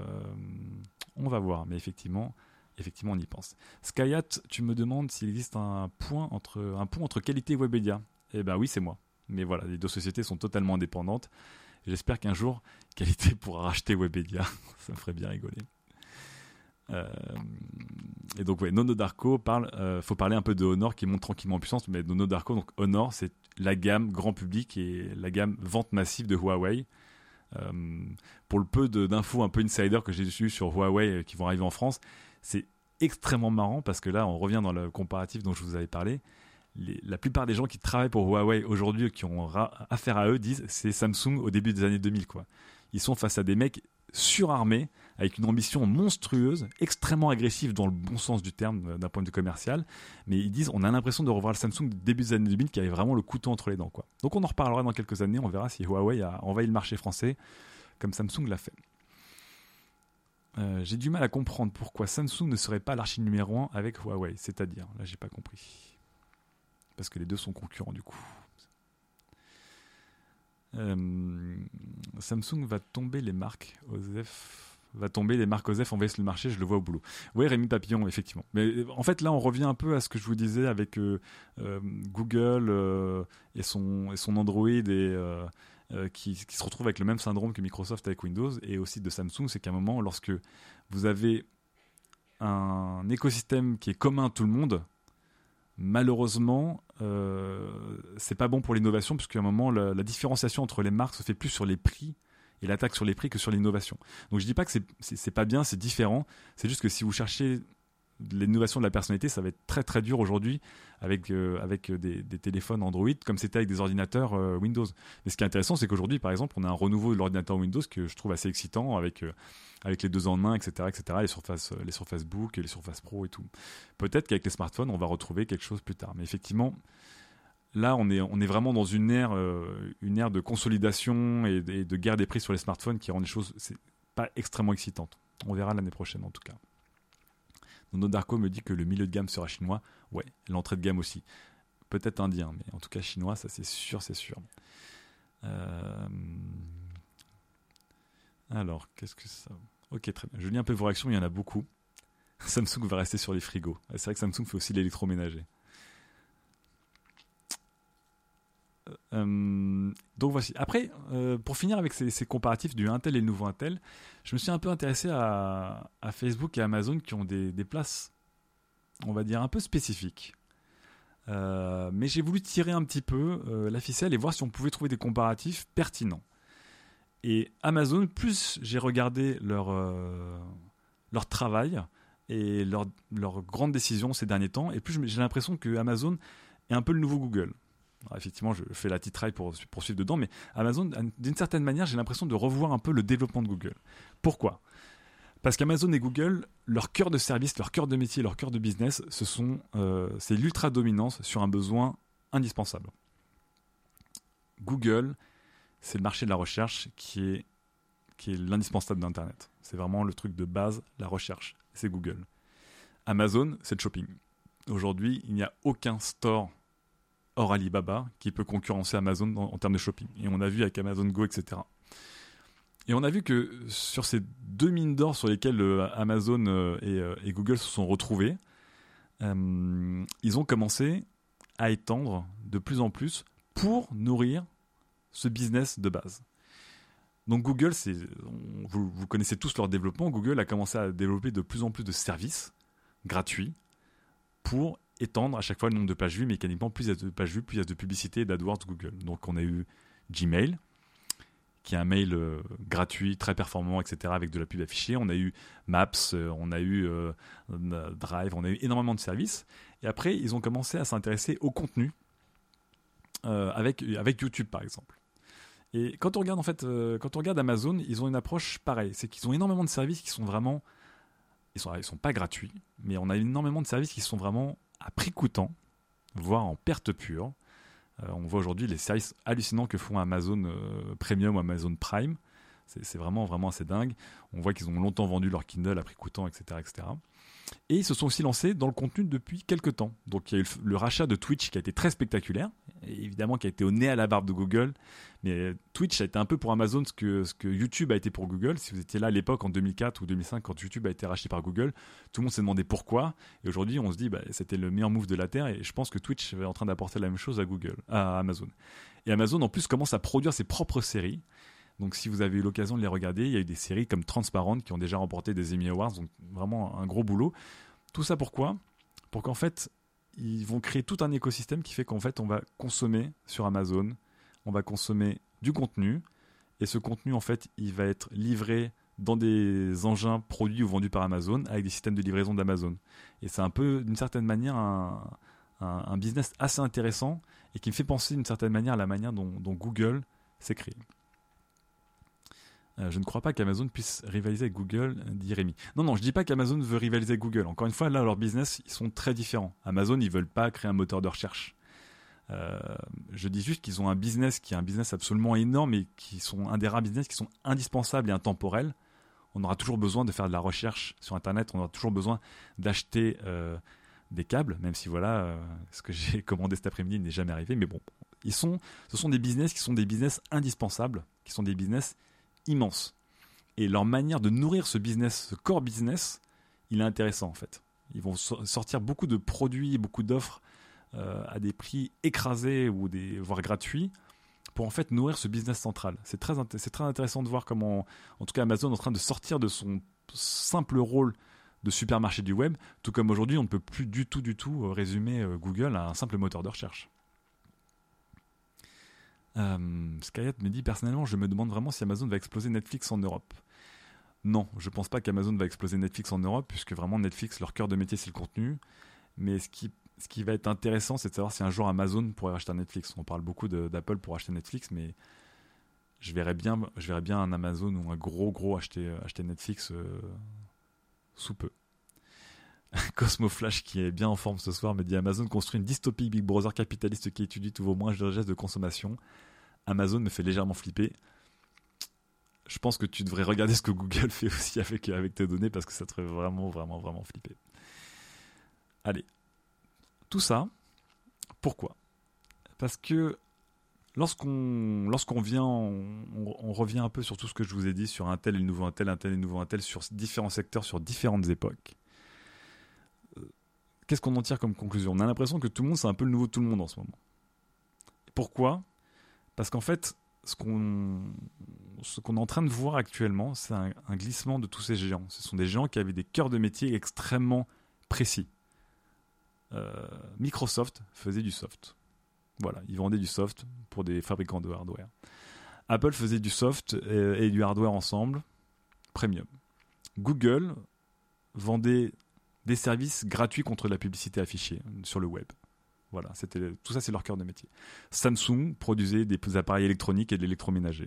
On va voir, mais effectivement, on y pense. Skyat, tu me demandes s'il existe un pont entre qualité et Webedia. Eh ben oui, c'est moi. Mais voilà, les deux sociétés sont totalement indépendantes. J'espère qu'un jour, Qualité pourra racheter Webedia. Ça me ferait bien rigoler. Et donc, ouais, Nono Darko parle. Faut parler un peu de Honor qui monte tranquillement en puissance. Mais Nono Darko, donc Honor, c'est la gamme grand public et la gamme vente massive de Huawei. Pour le peu d'infos un peu insider que j'ai dessus sur Huawei qui vont arriver en France, c'est extrêmement marrant parce que là, on revient dans le comparatif dont je vous avais parlé. La plupart des gens qui travaillent pour Huawei aujourd'hui, qui ont affaire à eux, disent c'est Samsung au début des années 2000, quoi. Ils sont face à des mecs surarmés, avec une ambition monstrueuse, extrêmement agressive dans le bon sens du terme d'un point de vue commercial, mais ils disent on a l'impression de revoir le Samsung du début des années 2000 qui avait vraiment le couteau entre les dents, quoi. Donc on en reparlera dans quelques années, on verra si Huawei a envahi le marché français comme Samsung l'a fait. J'ai du mal à comprendre pourquoi Samsung ne serait pas l'archi numéro 1 avec Huawei, c'est-à-dire, là j'ai pas compris. Parce que les deux sont concurrents du coup. Samsung va tomber les marques OSEF. Envahissent le marché, je le vois au boulot. Oui, Rémi Papillon, effectivement. Mais en fait, là, on revient un peu à ce que je vous disais avec Google et son Android et qui se retrouve avec le même syndrome que Microsoft avec Windows et aussi de Samsung, c'est qu'à un moment, lorsque vous avez un écosystème qui est commun à tout le monde, malheureusement, c'est pas bon pour l'innovation, puisqu'à un moment, la différenciation entre les marques se fait plus sur les prix et l'attaque sur les prix que sur l'innovation. Donc je dis pas que c'est pas bien, c'est différent. C'est juste que si vous cherchez l'innovation de la personnalité, ça va être très très dur aujourd'hui avec des téléphones Android, comme c'était avec des ordinateurs Windows. Mais ce qui est intéressant, c'est qu'aujourd'hui, par exemple, on a un renouveau de l'ordinateur Windows que je trouve assez excitant avec les deux en main, etc., les Surface Book, les Surface Pro et tout. Peut-être qu'avec les smartphones, on va retrouver quelque chose plus tard. Mais effectivement, là, on est vraiment dans une ère de consolidation et de guerre des prix sur les smartphones qui rend les choses pas extrêmement excitantes. On verra l'année prochaine en tout cas. Nono Darko me dit que le milieu de gamme sera chinois. Ouais, l'entrée de gamme aussi. Peut-être indien, mais en tout cas chinois, ça c'est sûr, c'est sûr. Alors, qu'est-ce que ça... Ok, très bien. Je lis un peu vos réactions, il y en a beaucoup. Samsung va rester sur les frigos. C'est vrai que Samsung fait aussi l'électroménager. Donc voici. Après, pour finir avec ces comparatifs du Intel et le nouveau Intel, je me suis un peu intéressé à Facebook et Amazon qui ont des places, on va dire, un peu spécifiques. Mais j'ai voulu tirer un petit peu la ficelle et voir si on pouvait trouver des comparatifs pertinents. Et Amazon, plus j'ai regardé leur travail et leur grande décision ces derniers temps, et plus j'ai l'impression que Amazon est un peu le nouveau Google. Alors effectivement, je fais la titraille pour suivre dedans, mais Amazon, d'une certaine manière, j'ai l'impression de revoir un peu le développement de Google. Pourquoi ? Parce qu'Amazon et Google, leur cœur de service, leur cœur de métier, leur cœur de business, c'est l'ultra-dominance sur un besoin indispensable. Google, c'est le marché de la recherche qui est l'indispensable d'Internet. C'est vraiment le truc de base, la recherche. C'est Google. Amazon, c'est le shopping. Aujourd'hui, il n'y a aucun store hors Alibaba qui peut concurrencer Amazon en termes de shopping. Et on a vu avec Amazon Go, etc. Et on a vu que sur ces deux mines d'or sur lesquelles Amazon et Google se sont retrouvés, ils ont commencé à étendre de plus en plus pour nourrir ce business de base. Donc Google, vous connaissez tous leur développement. Google a commencé à développer de plus en plus de services gratuits pour étendre à chaque fois le nombre de pages vues. Mécaniquement, plus il y a de pages vues, plus il y a de publicité et d'AdWords Google. Donc on a eu Gmail, qui est un mail gratuit, très performant, etc., avec de la pub affichée. On a eu Maps, on a eu Drive, on a eu énormément de services. Et après, ils ont commencé à s'intéresser au contenu avec YouTube, par exemple. Et quand on regarde Amazon, ils ont une approche pareille. C'est qu'ils ont énormément de services qui sont vraiment... Ils sont pas gratuits, mais on a énormément de services qui sont vraiment à prix coûtant, voire en perte pure. On voit aujourd'hui les services hallucinants que font Amazon Premium ou Amazon Prime. C'est vraiment, vraiment assez dingue. On voit qu'ils ont longtemps vendu leur Kindle à prix coûtant, etc., etc. Et ils se sont aussi lancés dans le contenu depuis quelques temps. Donc il y a eu le rachat de Twitch qui a été très spectaculaire, et évidemment qui a été au nez à la barbe de Google. Mais Twitch a été un peu pour Amazon ce que YouTube a été pour Google. Si vous étiez là à l'époque en 2004 ou 2005 quand YouTube a été racheté par Google, tout le monde s'est demandé pourquoi. Et aujourd'hui on se dit c'était le meilleur move de la Terre, et je pense que Twitch est en train d'apporter la même chose à Amazon. Et Amazon en plus commence à produire ses propres séries. Donc si vous avez eu l'occasion de les regarder, il y a eu des séries comme Transparent qui ont déjà remporté des Emmy Awards, donc vraiment un gros boulot. Tout ça pourquoi ? Pour qu'en fait, ils vont créer tout un écosystème qui fait qu'en fait, on va consommer sur Amazon, on va consommer du contenu, et ce contenu, en fait, il va être livré dans des engins produits ou vendus par Amazon avec des systèmes de livraison d'Amazon. Et c'est un peu, d'une certaine manière, un business assez intéressant et qui me fait penser d'une certaine manière à la manière dont Google s'est créé. Je ne crois pas qu'Amazon puisse rivaliser avec Google, dit Rémi. Non, je ne dis pas qu'Amazon veut rivaliser avec Google. Encore une fois, là, leur business, ils sont très différents. Amazon, ils ne veulent pas créer un moteur de recherche. Je dis juste qu'ils ont un business qui est un business absolument énorme et qui sont un des rares business qui sont indispensables et intemporels. On aura toujours besoin de faire de la recherche sur Internet. On aura toujours besoin d'acheter des câbles, même si ce que j'ai commandé cet après-midi n'est jamais arrivé. Mais bon, ce sont des business qui sont des business indispensables, qui sont des business immense. Et leur manière de nourrir ce business, ce core business, il est intéressant en fait. Ils vont sortir beaucoup de produits, beaucoup d'offres à des prix écrasés ou voire gratuits pour en fait nourrir ce business central. C'est très intéressant de voir comment, en tout cas Amazon est en train de sortir de son simple rôle de supermarché du web, tout comme aujourd'hui on ne peut plus du tout résumer Google à un simple moteur de recherche. Skyat me dit personnellement, je me demande vraiment si Amazon va exploser Netflix en Europe. Non, je pense pas qu'Amazon va exploser Netflix en Europe, puisque vraiment Netflix, leur cœur de métier, c'est le contenu. Mais ce qui va être intéressant, c'est de savoir si un jour Amazon pourrait racheter Netflix. On parle beaucoup d'Apple pour acheter Netflix, mais je verrais bien un Amazon ou un gros acheter Netflix sous peu. Cosmo Flash, qui est bien en forme ce soir, me dit Amazon construit une dystopie Big Brother capitaliste qui étudie tous vos moindres gestes de consommation. Amazon me fait légèrement flipper. Je pense que tu devrais regarder ce que Google fait aussi avec tes données, parce que ça te ferait vraiment flipper. Allez. Tout ça, pourquoi ? Parce que lorsqu'on vient, on revient un peu sur tout ce que je vous ai dit sur un tel et le nouveau un tel et le nouveau un tel, sur différents secteurs, sur différentes époques. Qu'est-ce qu'on en tire comme conclusion ? On a l'impression que tout le monde, c'est un peu le nouveau tout le monde en ce moment. Pourquoi ? Parce qu'en fait, ce qu'on est en train de voir actuellement, c'est un glissement de tous ces géants. Ce sont des géants qui avaient des cœurs de métier extrêmement précis. Microsoft faisait du soft. Voilà, ils vendaient du soft pour des fabricants de hardware. Apple faisait du soft et du hardware ensemble, premium. Google vendait des services gratuits contre la publicité affichée sur le web. Voilà, tout ça, c'est leur cœur de métier. Samsung produisait des appareils électroniques et de l'électroménager.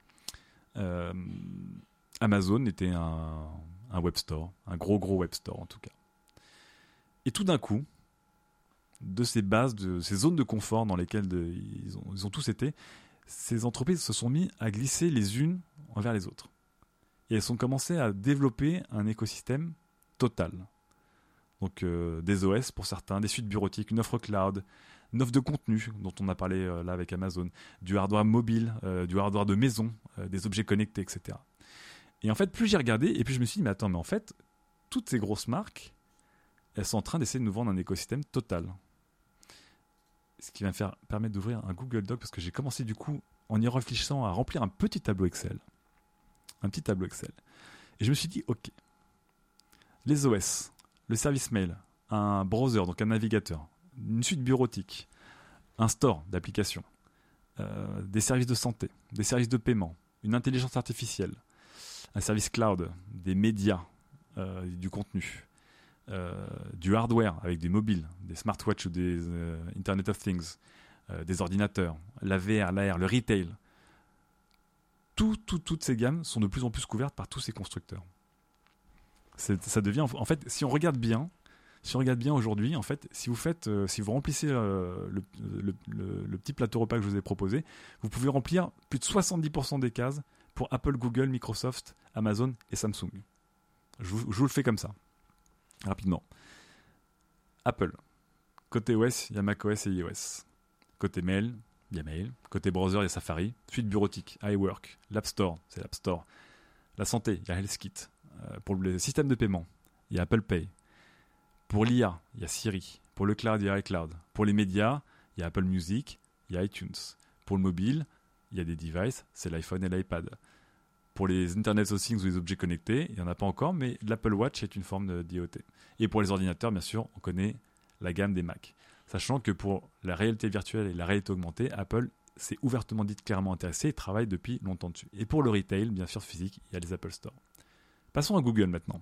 Amazon était un web store, un gros web store en tout cas. Et tout d'un coup, de ces bases, de ces zones de confort dans lesquelles ils ont tous été, ces entreprises se sont mis à glisser les unes envers les autres. Et elles ont commencé à développer un écosystème total. Donc des OS pour certains, des suites bureautiques, une offre cloud, une offre de contenu dont on a parlé là avec Amazon, du hardware mobile, du hardware de maison, des objets connectés, etc. Et en fait, plus j'ai regardé, et plus je me suis dit, mais attends, mais en fait, toutes ces grosses marques, elles sont en train d'essayer de nous vendre un écosystème total. Ce qui va me permettre d'ouvrir un Google Doc, parce que j'ai commencé du coup, en y réfléchissant, à remplir un petit tableau Excel. Et je me suis dit, ok, les OS, le service mail, un browser, donc un navigateur, une suite bureautique, un store d'applications, des services de santé, des services de paiement, une intelligence artificielle, un service cloud, des médias, du contenu, du hardware avec des mobiles, des smartwatches ou des Internet of Things, des ordinateurs, la VR, l'AR, le retail. Toutes ces gammes sont de plus en plus couvertes par tous ces constructeurs. Ça devient, en fait, si on regarde bien aujourd'hui, en fait, si vous remplissez le petit plateau repas que je vous ai proposé, vous pouvez remplir plus de 70% des cases pour Apple, Google, Microsoft, Amazon et Samsung. Je vous le fais comme ça, rapidement. Apple. Côté OS, il y a macOS et iOS. Côté mail, il y a Mail. Côté browser, il y a Safari. Suite bureautique, iWork. L'App Store, c'est l'App Store. La santé, il y a HealthKit. Pour le système de paiement, il y a Apple Pay. Pour l'IA, il y a Siri. Pour le cloud, il y a iCloud. Pour les médias, il y a Apple Music, il y a iTunes. Pour le mobile, il y a des devices, c'est l'iPhone et l'iPad. Pour les Internet of Things ou les objets connectés, il n'y en a pas encore, mais l'Apple Watch est une forme d'IoT. Et pour les ordinateurs, bien sûr, on connaît la gamme des Mac. Sachant que pour la réalité virtuelle et la réalité augmentée, Apple s'est ouvertement dit clairement intéressé et travaille depuis longtemps dessus. Et pour le retail, bien sûr physique, il y a les Apple Store. Passons à Google maintenant.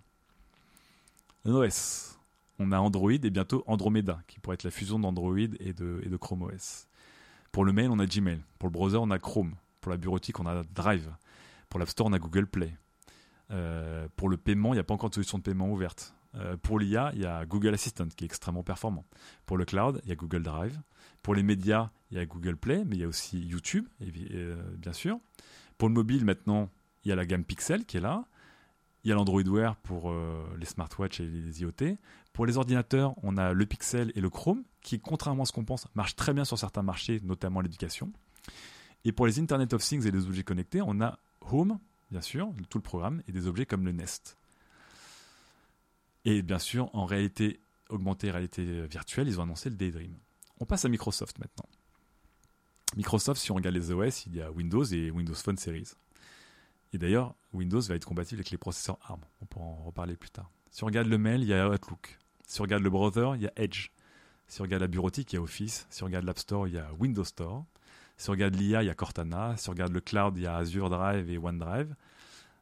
OS. On a Android et bientôt Andromeda, qui pourrait être la fusion d'Android et de Chrome OS. Pour le mail, on a Gmail. Pour le browser, on a Chrome. Pour la bureautique, on a Drive. Pour l'App Store, on a Google Play. Pour le paiement, il n'y a pas encore de solution de paiement ouverte. Pour l'IA, il y a Google Assistant, qui est extrêmement performant. Pour le cloud, il y a Google Drive. Pour les médias, il y a Google Play, mais il y a aussi YouTube, bien sûr. Pour le mobile, maintenant, il y a la gamme Pixel qui est là. Il y a l'Android Wear pour les smartwatches et les IoT. Pour les ordinateurs, on a le Pixel et le Chrome, qui, contrairement à ce qu'on pense, marchent très bien sur certains marchés, notamment l'éducation. Et pour les Internet of Things et les objets connectés, on a Home, bien sûr, tout le programme, et des objets comme le Nest. Et bien sûr, en réalité augmentée et réalité virtuelle, ils ont annoncé le Daydream. On passe à Microsoft maintenant. Microsoft, si on regarde les OS, il y a Windows et Windows Phone Series. Et d'ailleurs, Windows va être compatible avec les processeurs ARM. On pourra en reparler plus tard. Si on regarde le mail, il y a Outlook. Si on regarde le browser, il y a Edge. Si on regarde la bureautique, il y a Office. Si on regarde l'App Store, il y a Windows Store. Si on regarde l'IA, il y a Cortana. Si on regarde le cloud, il y a Azure Drive et OneDrive.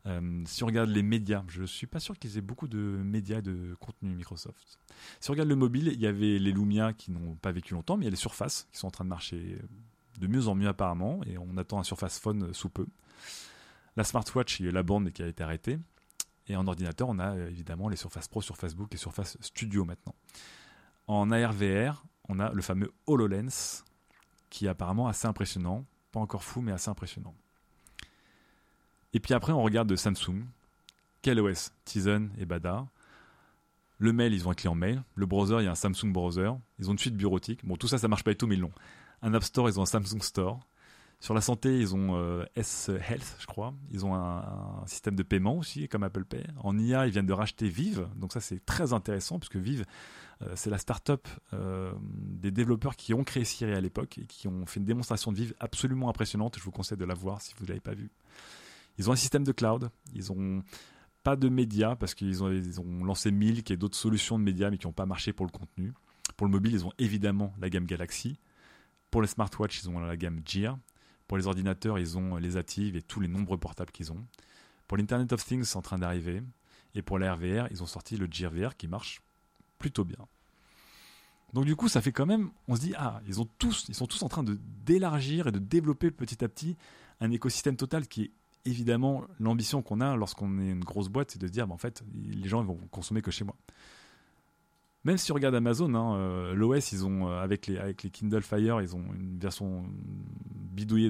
Si on regarde les médias, je ne suis pas sûr qu'ils aient beaucoup de médias et de contenu Microsoft. Si on regarde le mobile, il y avait les Lumia qui n'ont pas vécu longtemps, mais il y a les Surface qui sont en train de marcher de mieux en mieux apparemment, et on attend un Surface Phone sous peu. La smartwatch, il y a eu la borne qui a été arrêtée. Et en ordinateur, on a évidemment les Surface Pro, Surface Book et Surface Studio maintenant. En AR/VR, on a le fameux HoloLens qui est apparemment assez impressionnant. Pas encore fou, mais assez impressionnant. Et puis après, on regarde de Samsung. Quel OS? Tizen et Bada. Le mail, ils ont un client mail. Le browser, il y a un Samsung Browser. Ils ont une suite bureautique. Bon, tout ça, ça marche pas et tout, mais ils l'ont. Un App Store, ils ont un Samsung Store. Sur la santé, ils ont S-Health, je crois. Ils ont un système de paiement aussi, comme Apple Pay. En IA, ils viennent de racheter Vive. Donc ça, c'est très intéressant, puisque Vive, c'est la start-up des développeurs qui ont créé Siri à l'époque et qui ont fait une démonstration de Vive absolument impressionnante. Je vous conseille de la voir si vous ne l'avez pas vue. Ils ont un système de cloud. Ils n'ont pas de médias, parce qu'ils ont lancé Milk et d'autres solutions de médias, mais qui n'ont pas marché pour le contenu. Pour le mobile, ils ont évidemment la gamme Galaxy. Pour les smartwatches, ils ont la gamme Gear. Pour les ordinateurs, ils ont les Active et tous les nombreux portables qu'ils ont. Pour l'Internet of Things, c'est en train d'arriver. Et pour la RVR, ils ont sorti le Gear VR qui marche plutôt bien. Donc du coup, ça fait quand même, on se dit, ils sont tous en train d'élargir et de développer petit à petit un écosystème total qui est évidemment l'ambition qu'on a lorsqu'on est une grosse boîte, c'est de se dire, en fait, les gens ils vont consommer que chez moi. Même si on regarde Amazon, l'OS, ils ont avec les Kindle Fire, ils ont une version bidouillée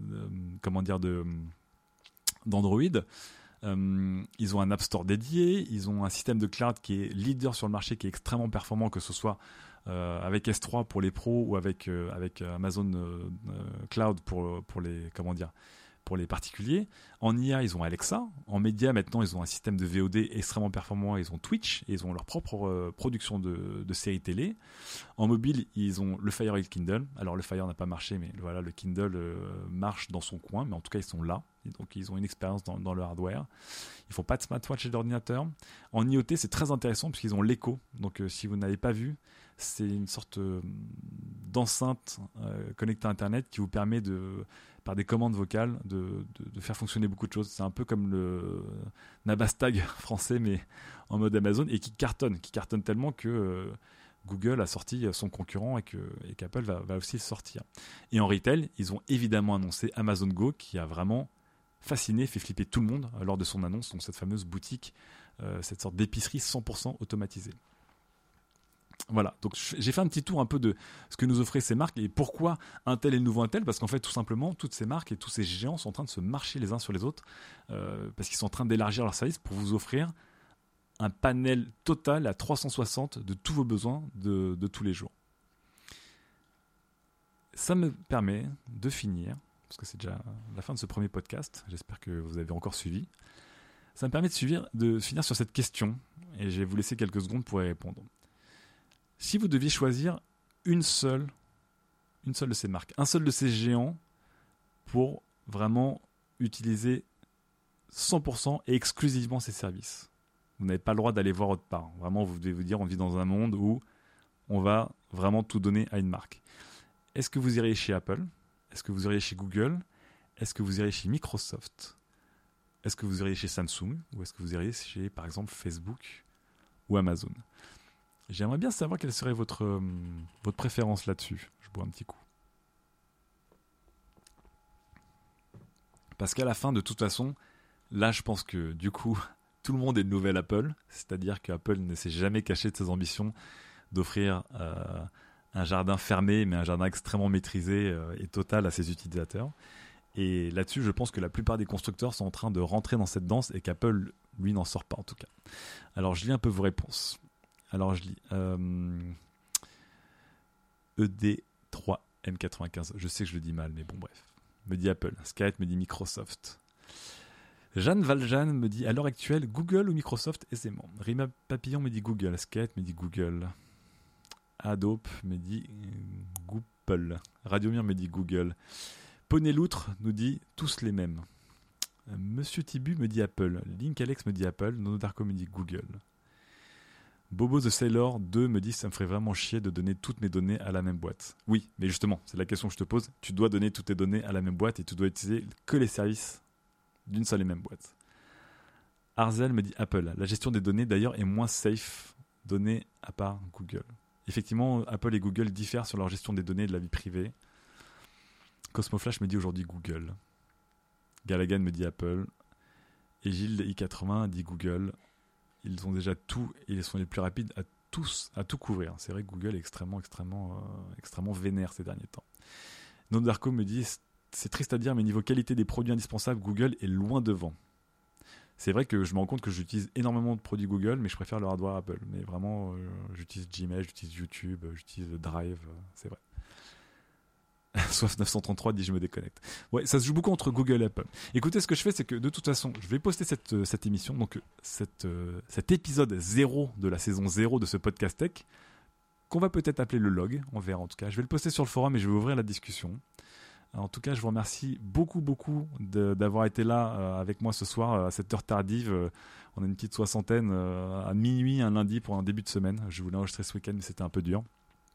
d'Android. Ils ont un App Store dédié, ils ont un système de cloud qui est leader sur le marché, qui est extrêmement performant, que ce soit avec S3 pour les pros ou avec Amazon Cloud pour les particuliers. En IA, ils ont Alexa. En média, maintenant, ils ont un système de VOD extrêmement performant. Ils ont Twitch. Et ils ont leur propre production de séries télé. En mobile, ils ont le Fire et le Kindle. Alors, le Fire n'a pas marché, mais voilà, le Kindle marche dans son coin. Mais en tout cas, ils sont là. Et donc, ils ont une expérience dans le hardware. Ils ne font pas de smartwatch et d'ordinateur. En IoT, c'est très intéressant puisqu'ils ont l'Echo. Donc, si vous n'avez pas vu, c'est une sorte d'enceinte connectée à Internet qui vous permet par des commandes vocales, de faire fonctionner beaucoup de choses. C'est un peu comme le Nabastag français, mais en mode Amazon, et qui cartonne tellement que Google a sorti son concurrent et qu'Apple va aussi le sortir. Et en retail, ils ont évidemment annoncé Amazon Go, qui a vraiment fasciné, fait flipper tout le monde lors de son annonce, donc cette fameuse boutique, cette sorte d'épicerie 100% automatisée. Voilà, donc j'ai fait un petit tour un peu de ce que nous offraient ces marques et pourquoi Intel est le nouveau Intel, parce qu'en fait tout simplement toutes ces marques et tous ces géants sont en train de se marcher les uns sur les autres parce qu'ils sont en train d'élargir leurs services pour vous offrir un panel total à 360 de tous vos besoins de tous les jours. Ça me permet de finir, parce que c'est déjà la fin de ce premier podcast, j'espère que vous avez encore suivi. Ça me permet de finir sur cette question et je vais vous laisser quelques secondes pour y répondre. Si vous deviez choisir une seule de ces marques, un seul de ces géants pour vraiment utiliser 100% et exclusivement ces services, vous n'avez pas le droit d'aller voir autre part. Vraiment, vous devez vous dire, on vit dans un monde où on va vraiment tout donner à une marque. Est-ce que vous iriez chez Apple? Est-ce que vous iriez chez Google? Est-ce que vous iriez chez Microsoft? Est-ce que vous iriez chez Samsung? Ou est-ce que vous iriez chez, par exemple, Facebook ou Amazon? J'aimerais bien savoir quelle serait votre préférence là-dessus. Je bois un petit coup. Parce qu'à la fin, de toute façon, là, je pense que du coup, tout le monde est de nouvel Apple. C'est-à-dire qu'Apple ne s'est jamais caché de ses ambitions d'offrir un jardin fermé, mais un jardin extrêmement maîtrisé et total à ses utilisateurs. Et là-dessus, je pense que la plupart des constructeurs sont en train de rentrer dans cette danse et qu'Apple, lui, n'en sort pas en tout cas. Alors, je lis un peu vos réponses. Alors je lis ED3M95. Je sais que je le dis mal, mais bon bref. Me dit Apple. Skype me dit Microsoft. Jeanne Valjean me dit à l'heure actuelle Google ou Microsoft aisément. Rima Papillon me dit Google. Skype me dit Google. Adobe me dit Google. Radiomir me dit Google. Poney Loutre nous dit tous les mêmes. Monsieur Tibu me dit Apple. Link Alex me dit Apple. Nono Darko me dit Google. Bobo the Sailor 2 me dit ça me ferait vraiment chier de donner toutes mes données à la même boîte. Oui, mais justement, c'est la question que je te pose. Tu dois donner toutes tes données à la même boîte et tu dois utiliser que les services d'une seule et même boîte. Arzel me dit Apple. La gestion des données, d'ailleurs, est moins safe, données à part Google. Effectivement, Apple et Google diffèrent sur leur gestion des données et de la vie privée. Cosmoflash me dit aujourd'hui Google. Gallagher me dit Apple. Et Gilles I80 dit Google. Ils ont déjà tout et ils sont les plus rapides à tout couvrir. C'est vrai que Google est extrêmement vénère ces derniers temps. Nodarko me dit c'est triste à dire, mais niveau qualité des produits indispensables, Google est loin devant. C'est vrai que je me rends compte que j'utilise énormément de produits Google, mais je préfère le hardware Apple. Mais vraiment, j'utilise Gmail, j'utilise YouTube, j'utilise Drive, c'est vrai. Soif 933 dit je me déconnecte. Ouais, ça se joue beaucoup entre Google et Apple. Écoutez, ce que je fais, c'est que de toute façon, je vais poster cette émission, donc cet épisode 0 de la saison 0 de ce podcast tech, qu'on va peut-être appeler le log, on verra en tout cas. Je vais le poster sur le forum et je vais ouvrir la discussion. En tout cas, je vous remercie beaucoup d'avoir été là avec moi ce soir à cette heure tardive. On a une petite soixantaine à minuit un lundi pour un début de semaine. Je voulais enregistrer ce week-end, mais c'était un peu dur.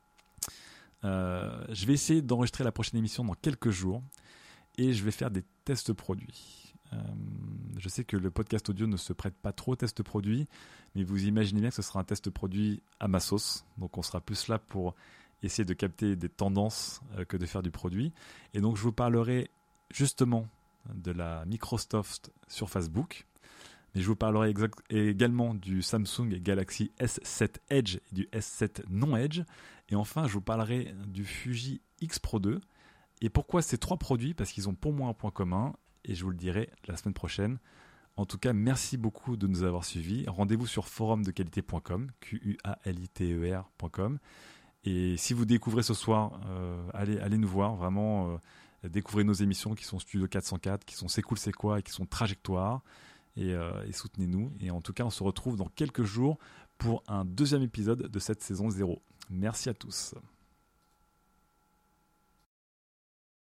Je vais essayer d'enregistrer la prochaine émission dans quelques jours et je vais faire des tests produits. Je sais que le podcast audio ne se prête pas trop aux tests produits, mais vous imaginez bien que ce sera un test produit à ma sauce. Donc on sera plus là pour essayer de capter des tendances que de faire du produit. Et donc je vous parlerai justement de la Microsoft sur Facebook. Mais je vous parlerai également du Samsung Galaxy S7 Edge et du S7 non Edge. Et enfin, je vous parlerai du Fuji X Pro 2. Et pourquoi ces trois produits ? Parce qu'ils ont pour moi un point commun. Et je vous le dirai la semaine prochaine. En tout cas, merci beaucoup de nous avoir suivis. Rendez-vous sur forumdequalité.com, QUALITER.com. Et si vous découvrez ce soir, allez nous voir. Vraiment, découvrez nos émissions qui sont Studio 404, qui sont C'est cool, c'est quoi et qui sont Trajectoire. Et soutenez-nous. Et en tout cas, on se retrouve dans quelques jours pour un deuxième épisode de cette saison 0. Merci à tous.